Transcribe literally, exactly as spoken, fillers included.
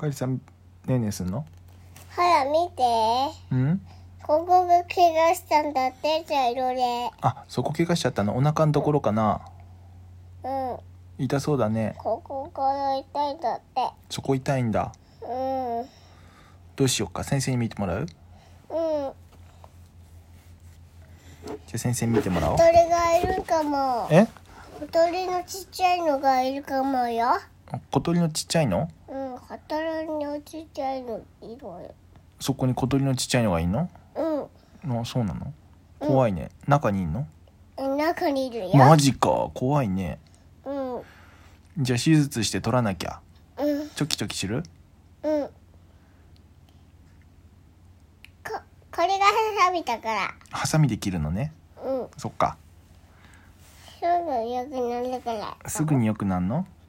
かりさんねんねすんの？ ほら見て。 うん？ ここが怪我したんだって、茶色で。 あ、そこ怪我しちゃったの？お腹のところかな？ うん。 痛そうだね。 ここから痛いんだって。 そこ痛いんだ。 うん。 どうしようか、先生に見てもらう？ うん。 じゃあ先生に見てもらおう。 小鳥がいるかも。 え？ 小鳥のちっちゃいのがいるかもよ。 小鳥のちっちゃいの？ うん、小鳥のちっちゃいのいるわよ。 そこに小鳥のちっちゃいのがいんの？ うん。 あ、そうなの？怖いね。中にいんの？ 中にいるよ。 マジか、怖いね。 うん。 じゃあ手術して取らなきゃ。 うん。 チョキチョキする？ うん。こ、これがハサミだから。 ハサミで切るのね。 うん。 そっか。 すぐ良くなるから。 すぐに良くなるの？